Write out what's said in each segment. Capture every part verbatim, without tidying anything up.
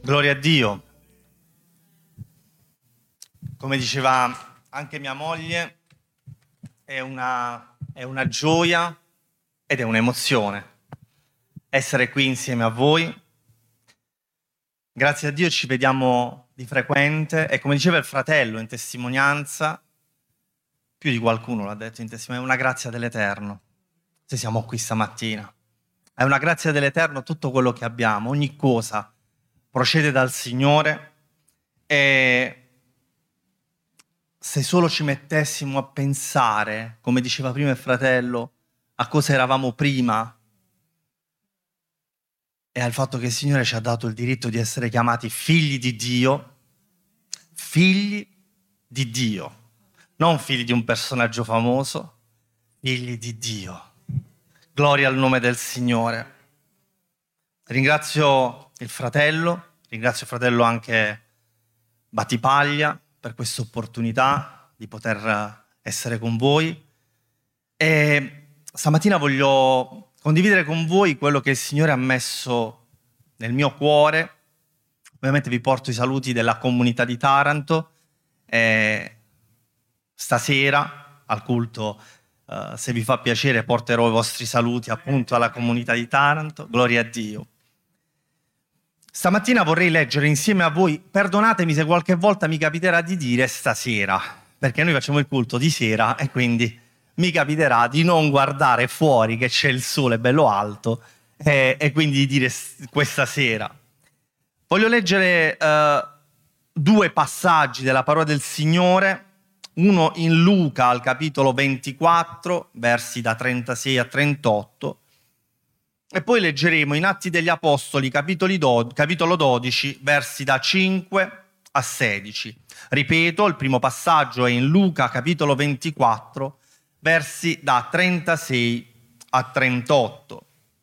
Gloria a Dio. Come diceva anche mia moglie, è una, è una gioia ed è un'emozione essere qui insieme a voi. Grazie a Dio ci vediamo di frequente e come diceva il fratello in testimonianza, più di qualcuno l'ha detto in testimonianza, è una grazia dell'Eterno se siamo qui stamattina. È una grazia dell'Eterno tutto quello che abbiamo, ogni cosa procede dal Signore e se solo ci mettessimo a pensare, come diceva prima il fratello, a cosa eravamo prima e al fatto che il Signore ci ha dato il diritto di essere chiamati figli di Dio, figli di Dio, non figli di un personaggio famoso, figli di Dio. Gloria al nome del Signore. Ringrazio il fratello, ringrazio il fratello anche Battipaglia per questa opportunità di poter essere con voi e stamattina voglio condividere con voi quello che il Signore ha messo nel mio cuore. Ovviamente vi porto i saluti della comunità di Taranto e stasera al culto, uh, se vi fa piacere, porterò i vostri saluti appunto alla comunità di Taranto. Gloria a Dio. Stamattina vorrei leggere insieme a voi, perdonatemi se qualche volta mi capiterà di dire stasera, perché noi facciamo il culto di sera e quindi mi capiterà di non guardare fuori che c'è il sole bello alto e, e quindi di dire questa sera. Voglio leggere uh, due passaggi della parola del Signore, uno in Luca al capitolo ventiquattro, versi da trentasei a trentotto, e poi leggeremo in Atti degli Apostoli, capitoli do, capitolo dodici, versi da cinque a sedici. Ripeto, il primo passaggio è in Luca, capitolo ventiquattro, versi da trentasei a trentotto.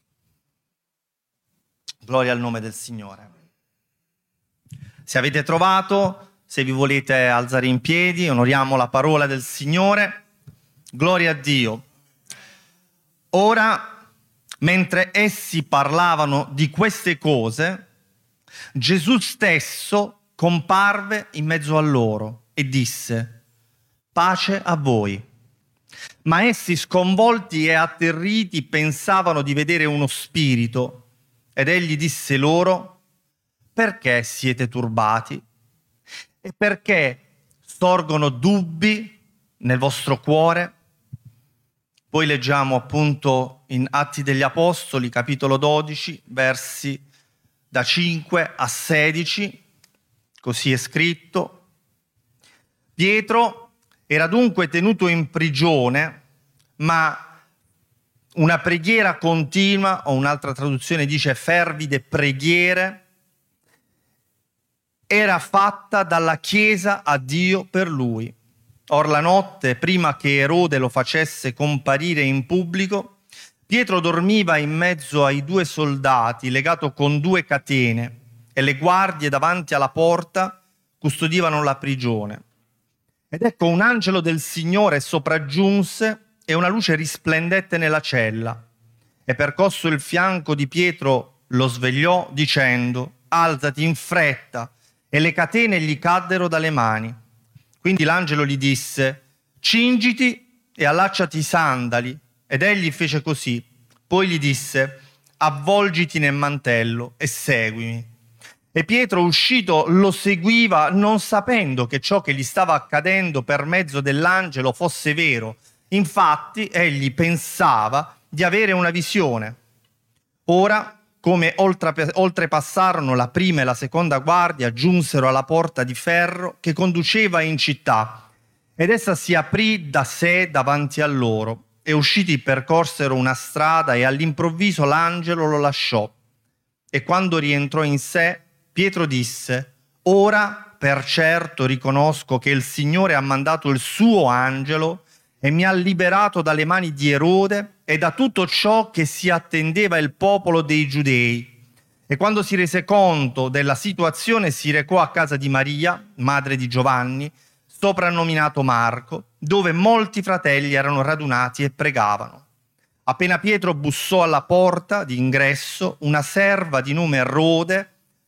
Gloria al nome del Signore. Se avete trovato, se vi volete alzare in piedi, onoriamo la parola del Signore. Gloria a Dio. Ora, mentre essi parlavano di queste cose, Gesù stesso comparve in mezzo a loro e disse: pace a voi. Ma essi, sconvolti e atterriti, pensavano di vedere uno spirito, ed egli disse loro: perché siete turbati? E perché sorgono dubbi nel vostro cuore? Poi leggiamo appunto in Atti degli Apostoli, capitolo dodici, versi da cinque a sedici, così è scritto. Pietro era dunque tenuto in prigione, ma una preghiera continua, o un'altra traduzione dice fervide preghiere, era fatta dalla Chiesa a Dio per lui. Or la notte, prima che Erode lo facesse comparire in pubblico, Pietro dormiva in mezzo ai due soldati, legato con due catene, e le guardie davanti alla porta custodivano la prigione. Ed ecco un angelo del Signore sopraggiunse e una luce risplendette nella cella, e percosso il fianco di Pietro lo svegliò dicendo: alzati in fretta, e le catene gli caddero dalle mani. Quindi l'angelo gli disse: cingiti e allacciati i sandali. Ed egli fece così. Poi gli disse: avvolgiti nel mantello e seguimi. E Pietro, uscito, lo seguiva, non sapendo che ciò che gli stava accadendo per mezzo dell'angelo fosse vero. Infatti egli pensava di avere una visione. Ora, come oltre, oltrepassarono la prima e la seconda guardia, giunsero alla porta di ferro che conduceva in città, ed essa si aprì da sé davanti a loro, e usciti percorsero una strada, e all'improvviso l'angelo lo lasciò. E quando rientrò in sé, Pietro disse: ora per certo riconosco che il Signore ha mandato il suo angelo e mi ha liberato dalle mani di Erode e da tutto ciò che si attendeva il popolo dei Giudei. E quando si rese conto della situazione, si recò a casa di Maria, madre di Giovanni, soprannominato Marco, dove molti fratelli erano radunati e pregavano. Appena Pietro bussò alla porta d'ingresso, una serva di nome Rode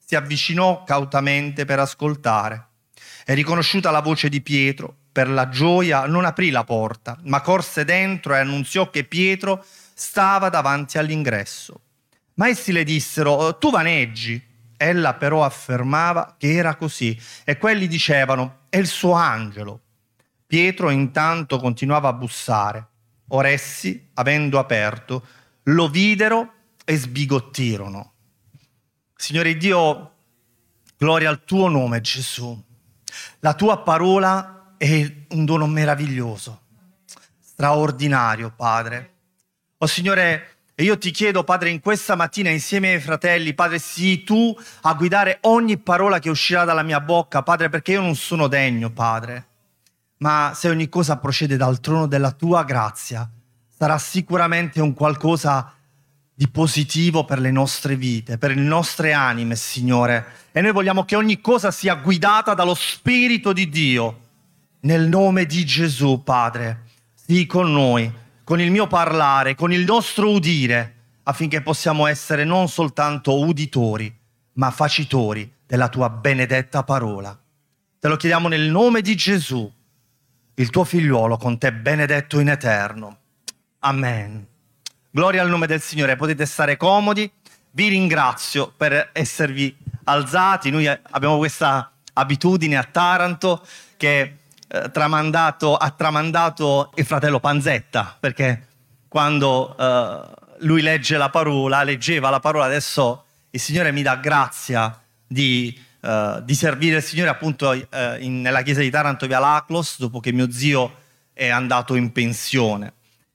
si avvicinò cautamente per ascoltare e, riconosciuta la voce di Pietro, per la gioia non aprì la porta, ma corse dentro e annunziò che Pietro stava davanti all'ingresso. Ma essi le dissero: tu vaneggi. Ella però affermava che era così, e quelli dicevano: è il suo angelo. Pietro intanto continuava a bussare. Ora essi, avendo aperto, lo videro e sbigottirono. Signore Dio, gloria al tuo nome, Gesù. La tua parola è un dono meraviglioso, straordinario, Padre. Oh Signore, e io ti chiedo, Padre, in questa mattina insieme ai fratelli, Padre, sii tu a guidare ogni parola che uscirà dalla mia bocca, Padre, perché io non sono degno, Padre. Ma se ogni cosa procede dal trono della tua grazia, sarà sicuramente un qualcosa di positivo per le nostre vite, per le nostre anime, Signore. E noi vogliamo che ogni cosa sia guidata dallo Spirito di Dio. Nel nome di Gesù, Padre, sii con noi, con il mio parlare, con il nostro udire, affinché possiamo essere non soltanto uditori, ma facitori della tua benedetta parola. Te lo chiediamo nel nome di Gesù, il tuo figliuolo, con te benedetto in eterno. Amen. Gloria al nome del Signore. Potete stare comodi. Vi ringrazio per esservi alzati. Noi abbiamo questa abitudine a Taranto che eh, tramandato, ha tramandato il fratello Panzetta, perché quando eh, lui legge la parola, leggeva la parola, adesso il Signore mi dà grazia di Uh, di servire il Signore appunto uh, in, nella chiesa di Taranto via Laclos, dopo che mio zio è andato in pensione.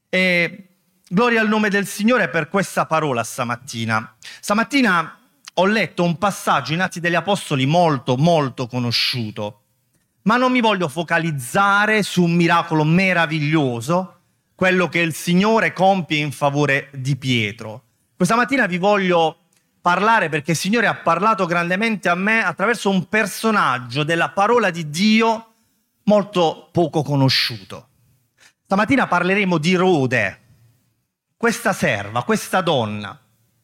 E gloria al nome del Signore per questa parola stamattina. Stamattina ho letto un passaggio in Atti degli Apostoli molto molto conosciuto, ma non mi voglio focalizzare su un miracolo meraviglioso, quello che il Signore compie in favore di Pietro. Questa mattina vi voglio parlare perché il Signore ha parlato grandemente a me attraverso un personaggio della parola di Dio molto poco conosciuto. Stamattina parleremo di Rode, questa serva, questa donna.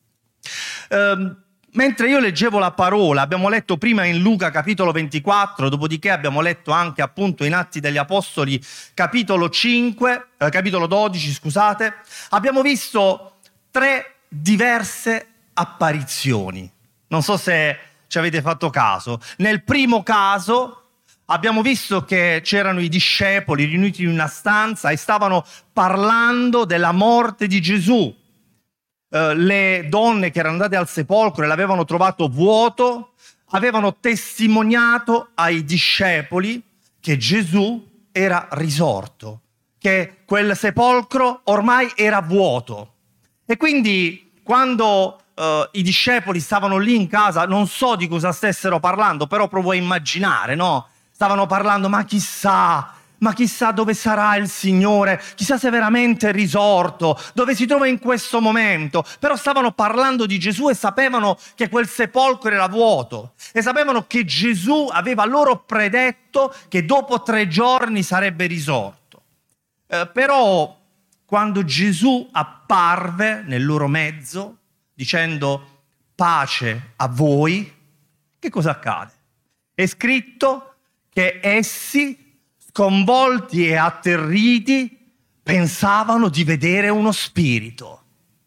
Ehm, mentre io leggevo la parola, abbiamo letto prima in Luca capitolo ventiquattro, dopodiché abbiamo letto anche appunto in Atti degli Apostoli capitolo cinque, eh, capitolo dodici, scusate, abbiamo visto tre diverse apparizioni. Non so se ci avete fatto caso. Nel primo caso abbiamo visto che c'erano i discepoli riuniti in una stanza e stavano parlando della morte di Gesù. Eh, le donne che erano andate al sepolcro e l'avevano trovato vuoto avevano testimoniato ai discepoli che Gesù era risorto, che quel sepolcro ormai era vuoto. E quindi quando Uh, i discepoli stavano lì in casa, non so di cosa stessero parlando, però provo a immaginare, no? Stavano parlando, ma chissà, ma chissà dove sarà il Signore, chissà se è veramente risorto, dove si trova in questo momento. Però stavano parlando di Gesù e sapevano che quel sepolcro era vuoto e sapevano che Gesù aveva loro predetto che dopo tre giorni sarebbe risorto. Uh, però quando Gesù apparve nel loro mezzo, dicendo pace a voi, che cosa accade? È scritto che essi, sconvolti e atterriti, pensavano di vedere uno spirito.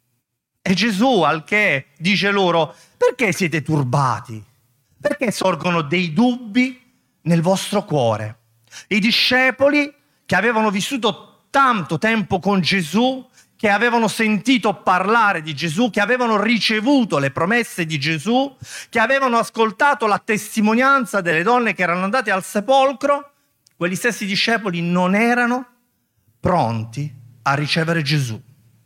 E Gesù al che dice loro: perché siete turbati? Perché sorgono dei dubbi nel vostro cuore? I discepoli che avevano vissuto tanto tempo con Gesù, che avevano sentito parlare di Gesù, che avevano ricevuto le promesse di Gesù, che avevano ascoltato la testimonianza delle donne che erano andate al sepolcro, quegli stessi discepoli non erano pronti a ricevere Gesù.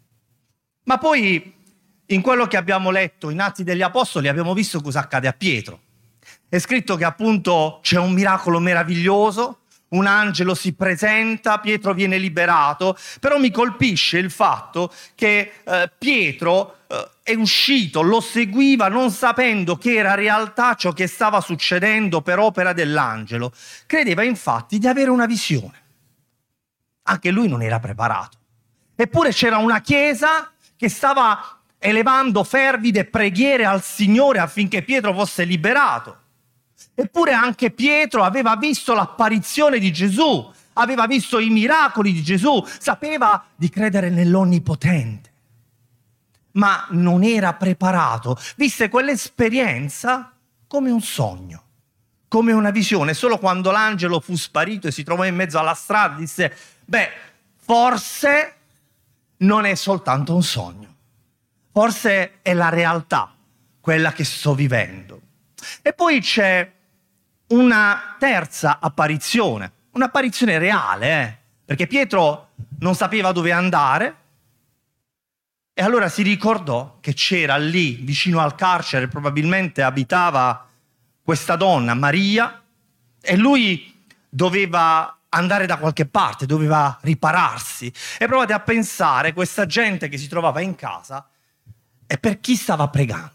Ma poi, in quello che abbiamo letto in Atti degli Apostoli, abbiamo visto cosa accade a Pietro. È scritto che appunto c'è un miracolo meraviglioso, un angelo si presenta, Pietro viene liberato, però mi colpisce il fatto che eh, Pietro eh, è uscito, lo seguiva non sapendo che era realtà ciò che stava succedendo per opera dell'angelo. Credeva infatti di avere una visione. Anche lui non era preparato. Eppure c'era una chiesa che stava elevando fervide preghiere al Signore affinché Pietro fosse liberato. Eppure anche Pietro aveva visto l'apparizione di Gesù, aveva visto i miracoli di Gesù, sapeva di credere nell'Onnipotente, ma non era preparato, visse quell'esperienza come un sogno, come una visione. Solo quando l'angelo fu sparito e si trovò in mezzo alla strada disse: beh, forse non è soltanto un sogno, forse è la realtà, quella che sto vivendo. E poi c'è una terza apparizione, un'apparizione reale, eh? Perché Pietro non sapeva dove andare e allora si ricordò che c'era lì, vicino al carcere, probabilmente abitava questa donna, Maria, e lui doveva andare da qualche parte, doveva ripararsi. E provate a pensare, questa gente che si trovava in casa, e per chi stava pregando?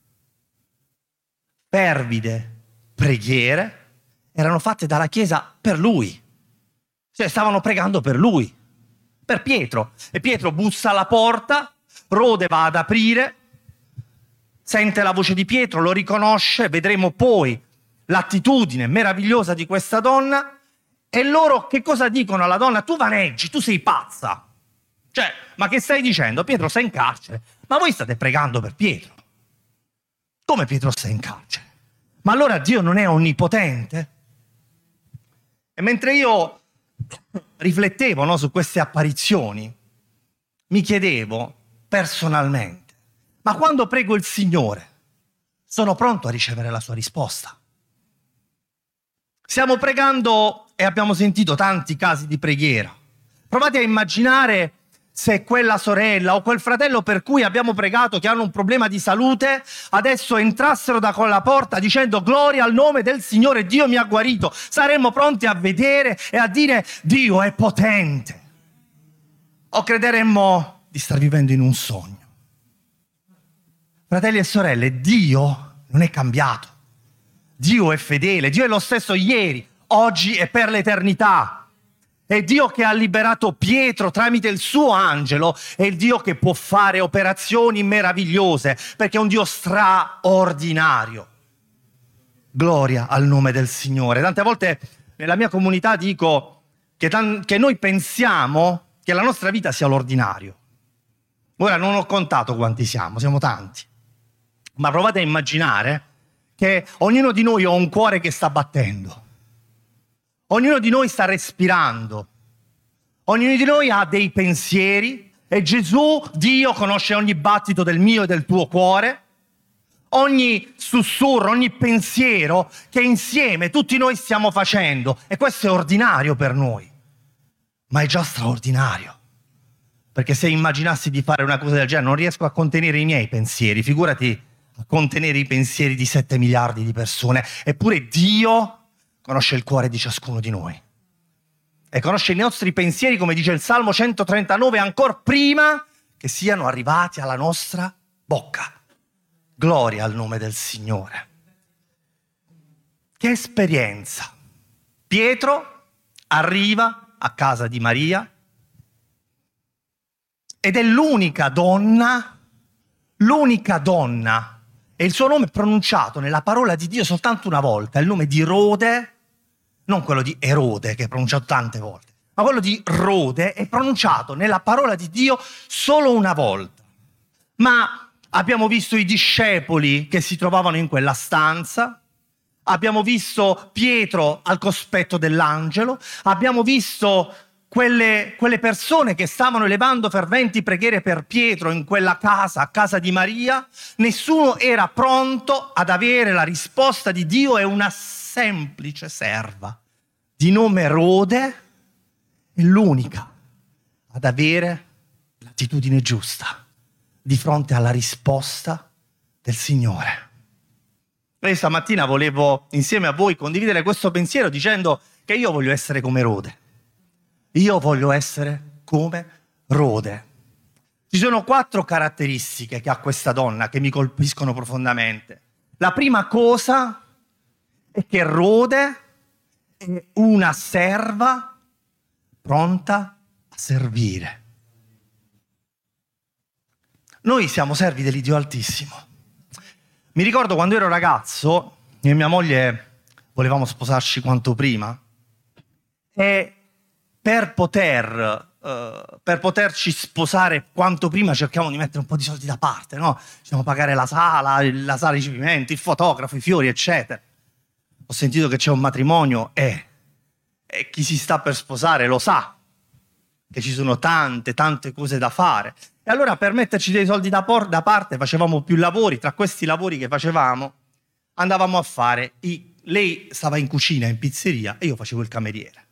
Fervide preghiere erano fatte dalla Chiesa per lui. Cioè stavano pregando per lui, per Pietro. E Pietro bussa alla porta, Rode va ad aprire, sente la voce di Pietro, lo riconosce, vedremo poi l'attitudine meravigliosa di questa donna. E loro che cosa dicono alla donna? Tu vaneggi, tu sei pazza. Cioè, ma che stai dicendo? Pietro sta in carcere. Ma voi state pregando per Pietro. Come Pietro sta in carcere? Ma allora Dio non è onnipotente? E mentre io riflettevo, no, su queste apparizioni, mi chiedevo personalmente: ma quando prego il Signore, sono pronto a ricevere la sua risposta? Stiamo pregando e abbiamo sentito tanti casi di preghiera. Provate a immaginare se quella sorella o quel fratello per cui abbiamo pregato, che hanno un problema di salute, adesso entrassero da quella porta dicendo: gloria al nome del Signore, Dio mi ha guarito. Saremmo pronti a vedere e a dire: Dio è potente. O crederemmo di star vivendo in un sogno? Fratelli e sorelle, Dio non è cambiato. Dio è fedele, Dio è lo stesso ieri, oggi e per l'eternità. È Dio che ha liberato Pietro tramite il suo angelo, è il Dio che può fare operazioni meravigliose, perché è un Dio straordinario. Gloria al nome del Signore. Tante volte nella mia comunità dico che, tan- che noi pensiamo che la nostra vita sia l'ordinario. Ora non ho contato quanti siamo, siamo tanti. Ma provate a immaginare che ognuno di noi ha un cuore che sta battendo. Ognuno di noi sta respirando, ognuno di noi ha dei pensieri e Gesù, Dio, conosce ogni battito del mio e del tuo cuore, ogni sussurro, ogni pensiero che insieme tutti noi stiamo facendo, e questo è ordinario per noi, ma è già straordinario, perché se immaginassi di fare una cosa del genere non riesco a contenere i miei pensieri, figurati a contenere i pensieri di sette miliardi di persone, eppure Dio conosce il cuore di ciascuno di noi e conosce i nostri pensieri, come dice il Salmo centotrentanove, ancora prima che siano arrivati alla nostra bocca. Gloria al nome del Signore. Che esperienza! Pietro arriva a casa di Maria ed è l'unica donna, l'unica donna, e il suo nome è pronunciato nella parola di Dio soltanto una volta, il nome di Rode, non quello di Erode che è pronunciato tante volte, ma quello di Rode è pronunciato nella parola di Dio solo una volta. Ma abbiamo visto i discepoli che si trovavano in quella stanza, abbiamo visto Pietro al cospetto dell'angelo, abbiamo visto Quelle, quelle persone che stavano elevando ferventi preghiere per Pietro in quella casa, a casa di Maria. Nessuno era pronto ad avere la risposta di Dio, e una semplice serva di nome Rode è l'unica ad avere l'attitudine giusta di fronte alla risposta del Signore. E stamattina volevo insieme a voi condividere questo pensiero dicendo che io voglio essere come Rode. Io voglio essere come Rode. Ci sono quattro caratteristiche che ha questa donna che mi colpiscono profondamente. La prima cosa è che Rode è una serva pronta a servire. Noi siamo servi dell'Iddio Altissimo. Mi ricordo quando ero ragazzo, io e mia moglie volevamo sposarci quanto prima e per poter, uh, per poterci sposare quanto prima cercavamo di mettere un po' di soldi da parte, no? Diciamo pagare la sala, la sala di ricevimento, il fotografo, i fiori, eccetera. Ho sentito che c'è un matrimonio e, e chi si sta per sposare lo sa che ci sono tante, tante cose da fare. E allora per metterci dei soldi da, por- da parte facevamo più lavori. Tra questi lavori che facevamo andavamo a fare, i... lei stava in cucina, in pizzeria e io facevo il cameriere.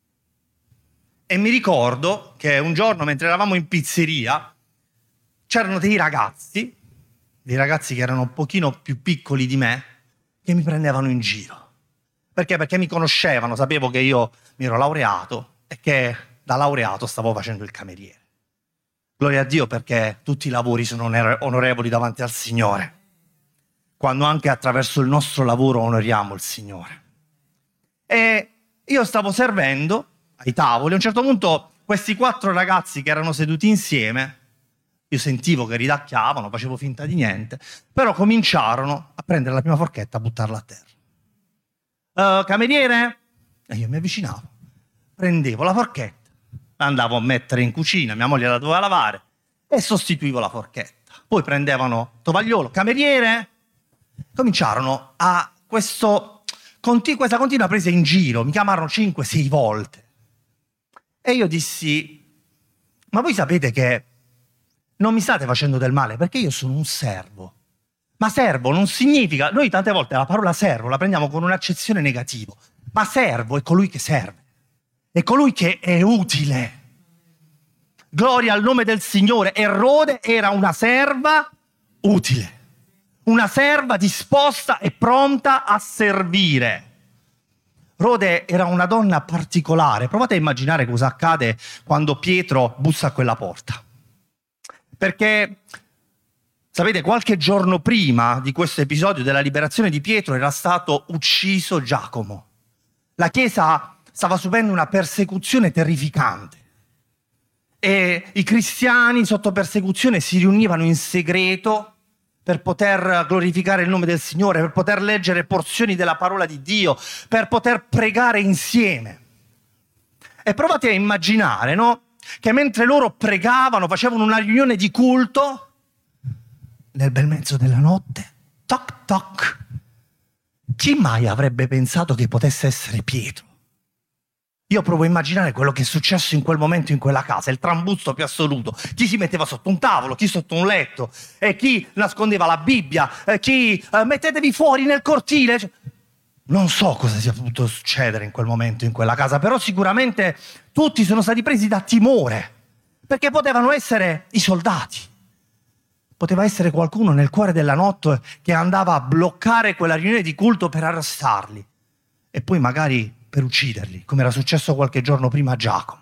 E mi ricordo che un giorno mentre eravamo in pizzeria c'erano dei ragazzi, dei ragazzi che erano un pochino più piccoli di me, che mi prendevano in giro. Perché? Perché mi conoscevano, sapevo che io mi ero laureato e che da laureato stavo facendo il cameriere. Gloria a Dio perché tutti i lavori sono onorevoli davanti al Signore, quando anche attraverso il nostro lavoro onoriamo il Signore. E io stavo servendo ai tavoli, a un certo punto questi quattro ragazzi che erano seduti insieme, io sentivo che ridacchiavano, facevo finta di niente, però cominciarono a prendere la prima forchetta e a buttarla a terra. Uh, cameriere? E io mi avvicinavo, prendevo la forchetta, andavo a mettere in cucina, mia moglie la doveva lavare e sostituivo la forchetta. Poi prendevano tovagliolo, cameriere? Cominciarono a questo, continu- questa continua presa in giro, mi chiamarono cinque sei volte. E io dissi, ma voi sapete che non mi state facendo del male perché io sono un servo. Ma servo non significa, noi tante volte la parola servo la prendiamo con un'accezione negativa, ma servo è colui che serve. È colui che è utile. Gloria al nome del Signore. Erode era una serva utile, una serva disposta e pronta a servire. Rode era una donna particolare. Provate a immaginare cosa accade quando Pietro bussa a quella porta. Perché, sapete, qualche giorno prima di questo episodio della liberazione di Pietro era stato ucciso Giacomo. La Chiesa stava subendo una persecuzione terrificante e i cristiani sotto persecuzione si riunivano in segreto per poter glorificare il nome del Signore, per poter leggere porzioni della parola di Dio, per poter pregare insieme. E provate a immaginare, no? Che mentre loro pregavano, facevano una riunione di culto, nel bel mezzo della notte, toc toc, chi mai avrebbe pensato che potesse essere Pietro? Io provo a immaginare quello che è successo in quel momento in quella casa, il trambusto più assoluto. Chi si metteva sotto un tavolo, chi sotto un letto, e chi nascondeva la Bibbia, e chi eh, mettetevi fuori nel cortile. Cioè, non so cosa sia potuto succedere in quel momento in quella casa, però sicuramente tutti sono stati presi da timore, perché potevano essere i soldati. Poteva essere qualcuno nel cuore della notte che andava a bloccare quella riunione di culto per arrestarli e poi magari per ucciderli, come era successo qualche giorno prima a Giacomo.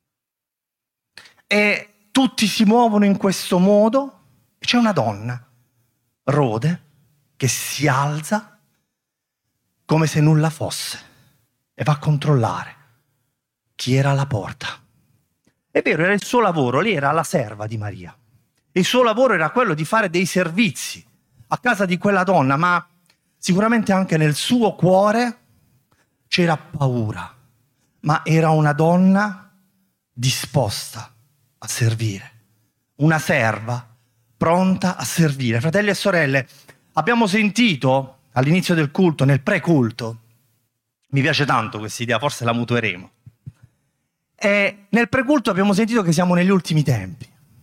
E tutti si muovono in questo modo e c'è una donna, Rode, che si alza come se nulla fosse e va a controllare chi era alla porta. È vero, era il suo lavoro, lei era la serva di Maria. Il suo lavoro era quello di fare dei servizi a casa di quella donna, ma sicuramente anche nel suo cuore c'era paura, ma era una donna disposta a servire, una serva pronta a servire. Fratelli e sorelle, abbiamo sentito all'inizio del culto, nel pre-culto, mi piace tanto questa idea, forse la mutueremo, e nel pre-culto abbiamo sentito che siamo negli ultimi tempi.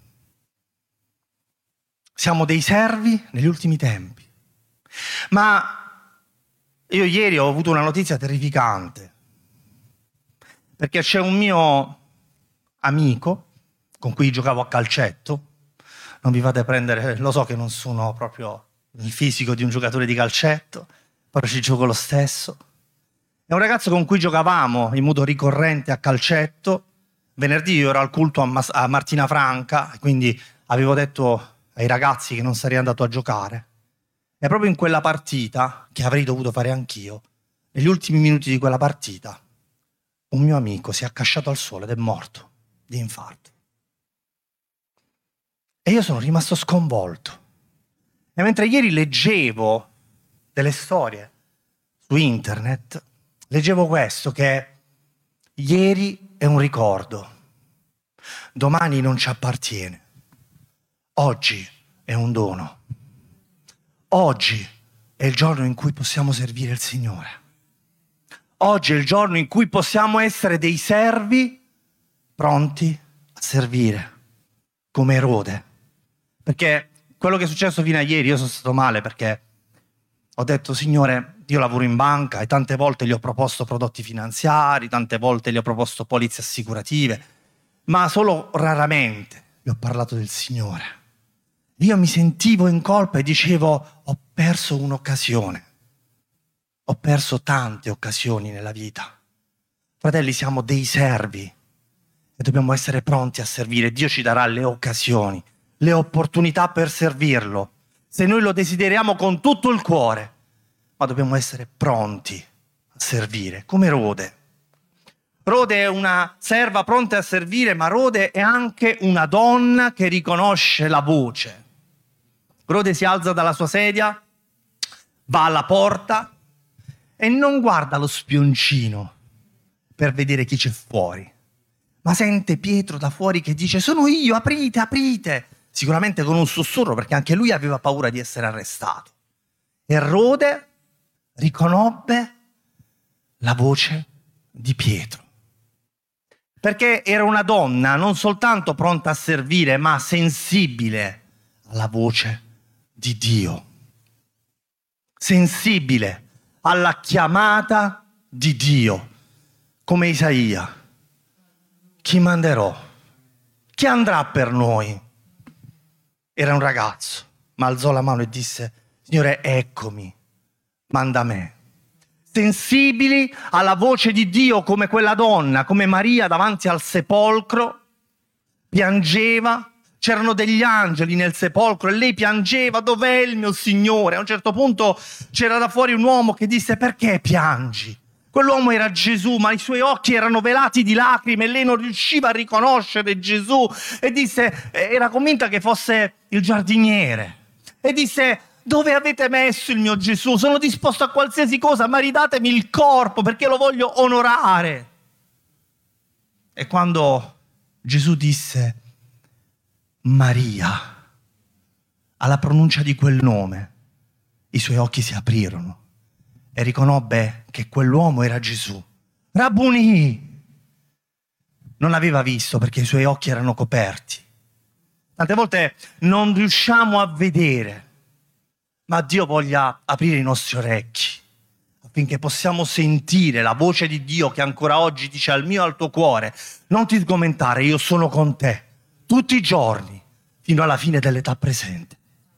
Siamo dei servi negli ultimi tempi. Ma io ieri ho avuto una notizia terrificante, perché c'è un mio amico con cui giocavo a calcetto, non vi fate prendere, lo so che non sono proprio il fisico di un giocatore di calcetto, però ci gioco lo stesso. È un ragazzo con cui giocavamo in modo ricorrente a calcetto. Venerdì io ero al culto a, Mas- a Martina Franca, quindi avevo detto ai ragazzi che non sarei andato a giocare. E proprio in quella partita, che avrei dovuto fare anch'io, negli ultimi minuti di quella partita, un mio amico si è accasciato al suolo ed è morto di infarto. E io sono rimasto sconvolto. E mentre ieri leggevo delle storie su internet, leggevo questo, che ieri è un ricordo, domani non ci appartiene, oggi è un dono, oggi è il giorno in cui possiamo servire il Signore, oggi è il giorno in cui possiamo essere dei servi pronti a servire, come Erode. Perché quello che è successo fino a ieri, io sono stato male perché ho detto, Signore, io lavoro in banca e tante volte gli ho proposto prodotti finanziari, tante volte gli ho proposto polizze assicurative, ma solo raramente gli ho parlato del Signore. Io mi sentivo in colpa e dicevo, ho perso un'occasione, ho perso tante occasioni nella vita. Fratelli, siamo dei servi e dobbiamo essere pronti a servire. Dio ci darà le occasioni, le opportunità per servirlo, se noi lo desideriamo con tutto il cuore, ma dobbiamo essere pronti a servire, come Rode. Rode è una serva pronta a servire, ma Rode è anche una donna che riconosce la voce. Rode si alza dalla sua sedia, va alla porta e non guarda lo spioncino per vedere chi c'è fuori, ma sente Pietro da fuori che dice, sono io, aprite, aprite. Sicuramente con un sussurro, perché anche lui aveva paura di essere arrestato. E Rode riconobbe la voce di Pietro. Perché era una donna non soltanto pronta a servire, ma sensibile alla voce di Dio. Sensibile alla chiamata di Dio. Come Isaia. Chi manderò? Chi andrà per noi? Era un ragazzo, ma alzò la mano e disse, Signore, eccomi, manda me. Sensibili alla voce di Dio come quella donna, come Maria davanti al sepolcro, piangeva, c'erano degli angeli nel sepolcro e lei piangeva, dov'è il mio Signore? A un certo punto c'era da fuori un uomo che disse, perché piangi? Quell'uomo era Gesù, ma i suoi occhi erano velati di lacrime e lei non riusciva a riconoscere Gesù e disse, era convinta che fosse il giardiniere e disse, dove avete messo il mio Gesù? Sono disposto a qualsiasi cosa, ma ridatemi il corpo perché lo voglio onorare. E quando Gesù disse Maria, alla pronuncia di quel nome, i suoi occhi si aprirono e riconobbe che quell'uomo era Gesù. Rabbuni! Non l'aveva visto perché i suoi occhi erano coperti. Tante volte non riusciamo a vedere, ma Dio voglia aprire i nostri orecchi affinché possiamo sentire la voce di Dio che ancora oggi dice al mio e al tuo cuore, non ti sgomentare, io sono con te tutti i giorni fino alla fine dell'età presente.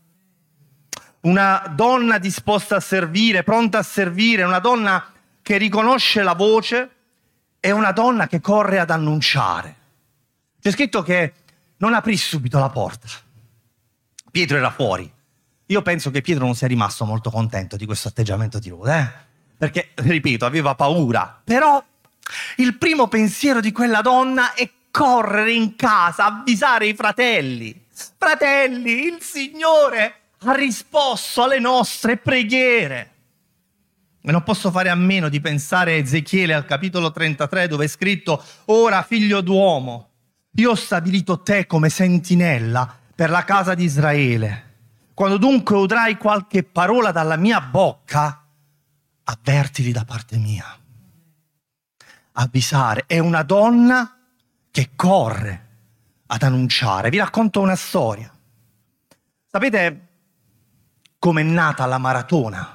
Una donna disposta a servire, pronta a servire, una donna che riconosce la voce e una donna che corre ad annunciare. C'è scritto che non aprì subito la porta. Pietro era fuori. Io penso che Pietro non sia rimasto molto contento di questo atteggiamento di Rode, eh? Perché, ripeto, aveva paura. Però il primo pensiero di quella donna è correre in casa, avvisare i fratelli. Fratelli, il Signore ha risposto alle nostre preghiere. E non posso fare a meno di pensare a Ezechiele al capitolo trentatré dove è scritto ora figlio d'uomo, io ho stabilito te come sentinella per la casa di Israele. Quando dunque udrai qualche parola dalla mia bocca, avvertili da parte mia. Avvisare. È una donna che corre ad annunciare. Vi racconto una storia. Sapete com'è nata la maratona?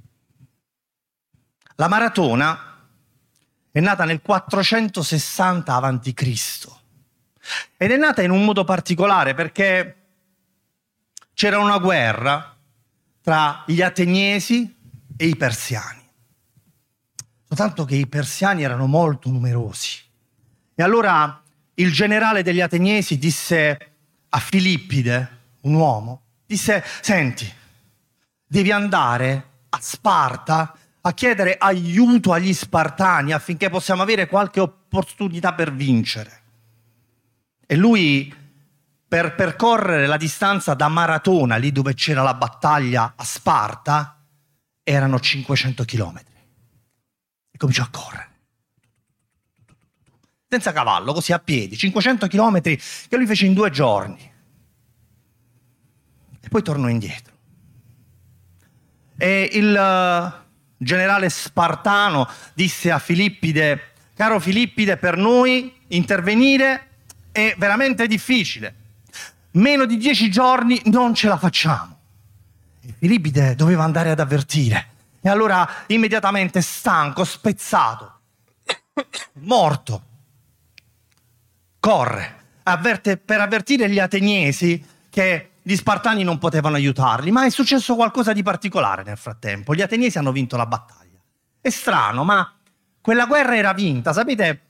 La maratona è nata nel quattrocentosessanta avanti Cristo ed è nata in un modo particolare perché c'era una guerra tra gli ateniesi e i persiani. Soltanto che i persiani erano molto numerosi. E allora il generale degli ateniesi disse a Filippide, un uomo, disse, senti, devi andare a Sparta a chiedere aiuto agli spartani affinché possiamo avere qualche opportunità per vincere. E lui per percorrere la distanza da Maratona, lì dove c'era la battaglia a Sparta, erano cinquecento chilometri. E cominciò a correre. Senza cavallo, così a piedi, cinquecento chilometri che lui fece in due giorni. E poi tornò indietro. E il uh, generale spartano disse a Filippide: caro Filippide, per noi intervenire è veramente difficile. Meno di dieci giorni non ce la facciamo. E Filippide doveva andare ad avvertire. E allora immediatamente stanco, spezzato, morto, corre, avverte, per avvertire gli ateniesi che gli spartani non potevano aiutarli, ma è successo qualcosa di particolare nel frattempo. Gli ateniesi hanno vinto la battaglia. È strano, ma quella guerra era vinta. Sapete,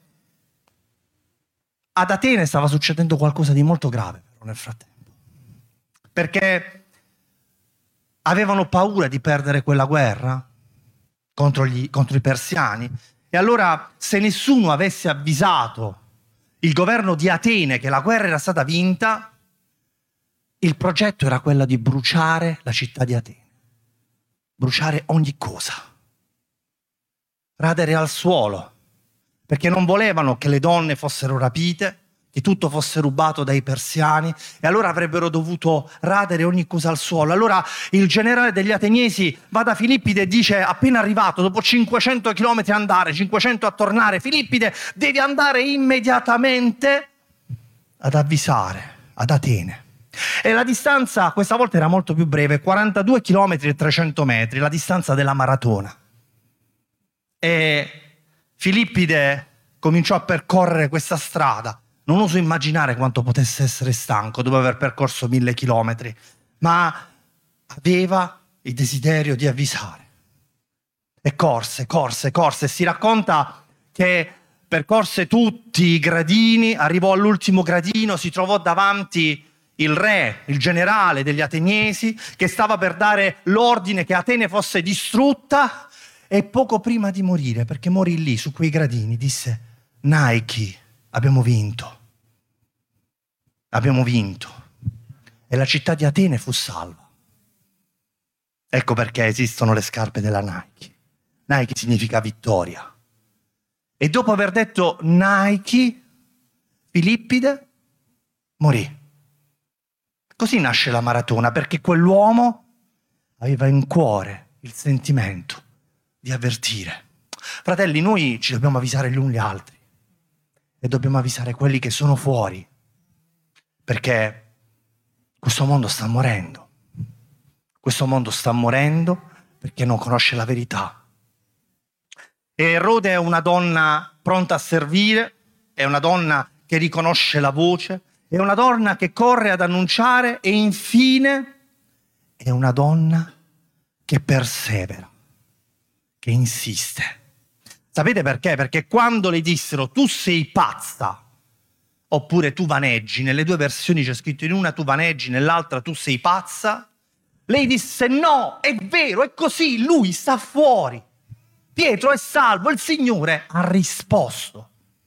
ad Atene stava succedendo qualcosa di molto grave però nel frattempo, perché avevano paura di perdere quella guerra contro, gli, contro i persiani, e allora se nessuno avesse avvisato il governo di Atene che la guerra era stata vinta, il progetto era quello di bruciare la città di Atene, bruciare ogni cosa, radere al suolo, perché non volevano che le donne fossero rapite, che tutto fosse rubato dai persiani, e allora avrebbero dovuto radere ogni cosa al suolo. Allora il generale degli ateniesi va da Filippide e dice, appena arrivato, dopo cinquecento chilometri andare, cinquecento a tornare: Filippide, devi andare immediatamente ad avvisare ad Atene. E la distanza questa volta era molto più breve, quarantadue chilometri e trecento metri, la distanza della Maratona. E Filippide cominciò a percorrere questa strada. Non oso immaginare quanto potesse essere stanco dopo aver percorso mille chilometri, ma aveva il desiderio di avvisare. E corse, corse, corse. E si racconta che percorse tutti i gradini, arrivò all'ultimo gradino, si trovò davanti il re, il generale degli ateniesi, che stava per dare l'ordine che Atene fosse distrutta, e poco prima di morire, perché morì lì su quei gradini, disse: Nike, abbiamo vinto. Abbiamo vinto. E la città di Atene fu salva. Ecco perché esistono le scarpe della Nike. Nike significa vittoria. E dopo aver detto Nike, Filippide morì. Così nasce la Maratona, perché quell'uomo aveva in cuore il sentimento di avvertire. Fratelli, noi ci dobbiamo avvisare gli uni gli altri e dobbiamo avvisare quelli che sono fuori, perché questo mondo sta morendo. Questo mondo sta morendo perché non conosce la verità. E Erode è una donna pronta a servire, è una donna che riconosce la voce, è una donna che corre ad annunciare, e infine è una donna che persevera, che insiste. Sapete perché? Perché quando le dissero tu sei pazza oppure tu vaneggi, nelle due versioni c'è scritto in una tu vaneggi, nell'altra tu sei pazza, lei disse no, è vero, è così, lui sta fuori, Pietro è salvo, il Signore ha risposto.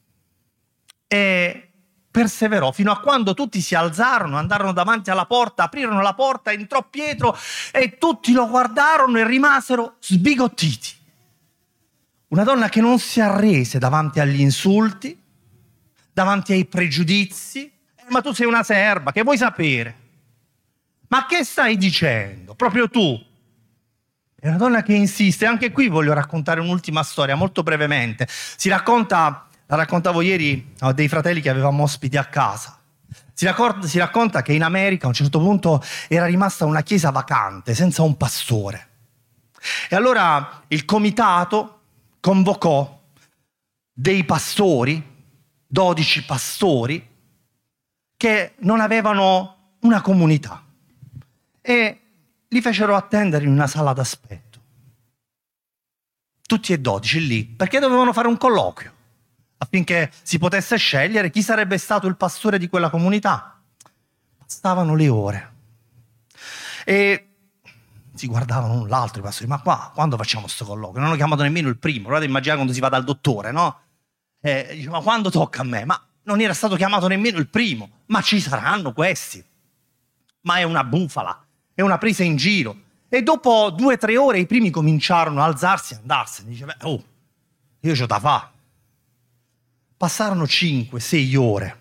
E perseverò fino a quando tutti si alzarono, andarono davanti alla porta, aprirono la porta, entrò Pietro e tutti lo guardarono e rimasero sbigottiti. Una donna che non si arrese davanti agli insulti, davanti ai pregiudizi. Eh, ma tu sei una serva, che vuoi sapere? Ma che stai dicendo? Proprio tu? È una donna che insiste. Anche qui voglio raccontare un'ultima storia, molto brevemente. Si racconta, la raccontavo ieri a dei fratelli che avevamo ospiti a casa. Si racconta, si racconta che in America a un certo punto era rimasta una chiesa vacante, senza un pastore. E allora il comitato convocò dei pastori, dodici pastori, che non avevano una comunità, e li fecero attendere in una sala d'aspetto. Tutti e dodici lì, perché dovevano fare un colloquio, affinché si potesse scegliere chi sarebbe stato il pastore di quella comunità. Passavano le ore e si guardavano l'un l'altro i pastori: ma qua, quando facciamo questo colloquio? Non hanno chiamato nemmeno il primo. Guardate, immaginate quando si va dal dottore, no? E dice: ma quando tocca a me? Ma non era stato chiamato nemmeno il primo, ma ci saranno questi. Ma è una bufala, è una presa in giro. E dopo due o tre ore i primi cominciarono a alzarsi e andarsene. Dice, beh, oh, io c'ho da fa'. Passarono cinque, sei ore.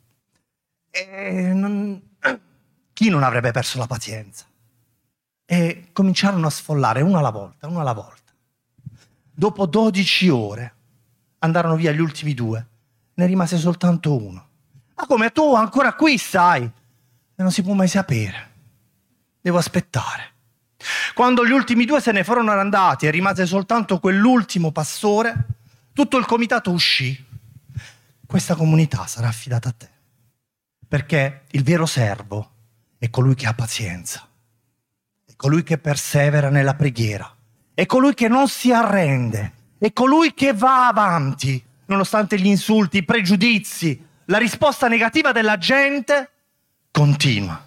E non... chi non avrebbe perso la pazienza? E cominciarono a sfollare uno alla volta, uno alla volta. Dopo dodici ore andarono via gli ultimi due, ne rimase soltanto uno. Ma come, tu ancora qui stai? E non si può mai sapere. Devo aspettare. Quando gli ultimi due se ne furono andati e rimase soltanto quell'ultimo pastore, tutto il comitato uscì. Questa comunità sarà affidata a te, perché il vero servo è colui che ha pazienza, è colui che persevera nella preghiera, è colui che non si arrende, è colui che va avanti, nonostante gli insulti, i pregiudizi, la risposta negativa della gente, continua.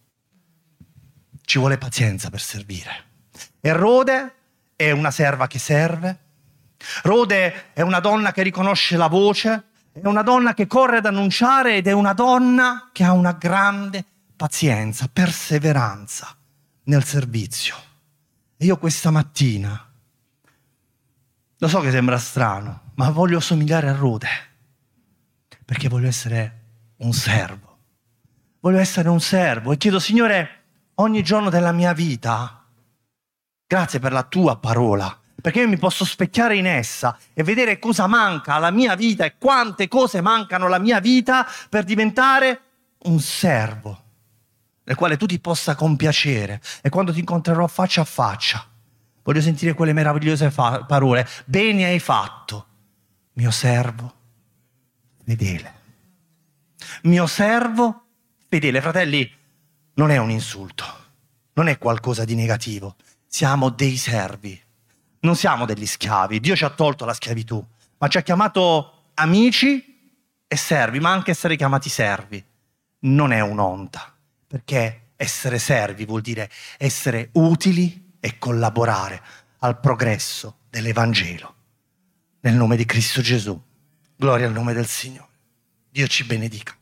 Ci vuole pazienza per servire. E Rode è una serva che serve, Rode è una donna che riconosce la voce, è una donna che corre ad annunciare ed è una donna che ha una grande pazienza, perseveranza nel servizio. E io questa mattina, lo so che sembra strano, ma voglio somigliare a Rode, perché voglio essere un servo. Voglio essere un servo e chiedo, Signore, ogni giorno della mia vita, grazie per la tua parola, perché io mi posso specchiare in essa e vedere cosa manca alla mia vita e quante cose mancano alla mia vita per diventare un servo nel quale tu ti possa compiacere. E quando ti incontrerò faccia a faccia, voglio sentire quelle meravigliose fa- parole. Bene hai fatto, mio servo fedele. Mio servo fedele. Fratelli, non è un insulto, non è qualcosa di negativo. Siamo dei servi. Non siamo degli schiavi. Dio ci ha tolto la schiavitù, ma ci ha chiamato amici e servi, ma anche essere chiamati servi non è un'onta, perché essere servi vuol dire essere utili e collaborare al progresso dell'Evangelo. Nel nome di Cristo Gesù. Gloria al nome del Signore. Dio ci benedica.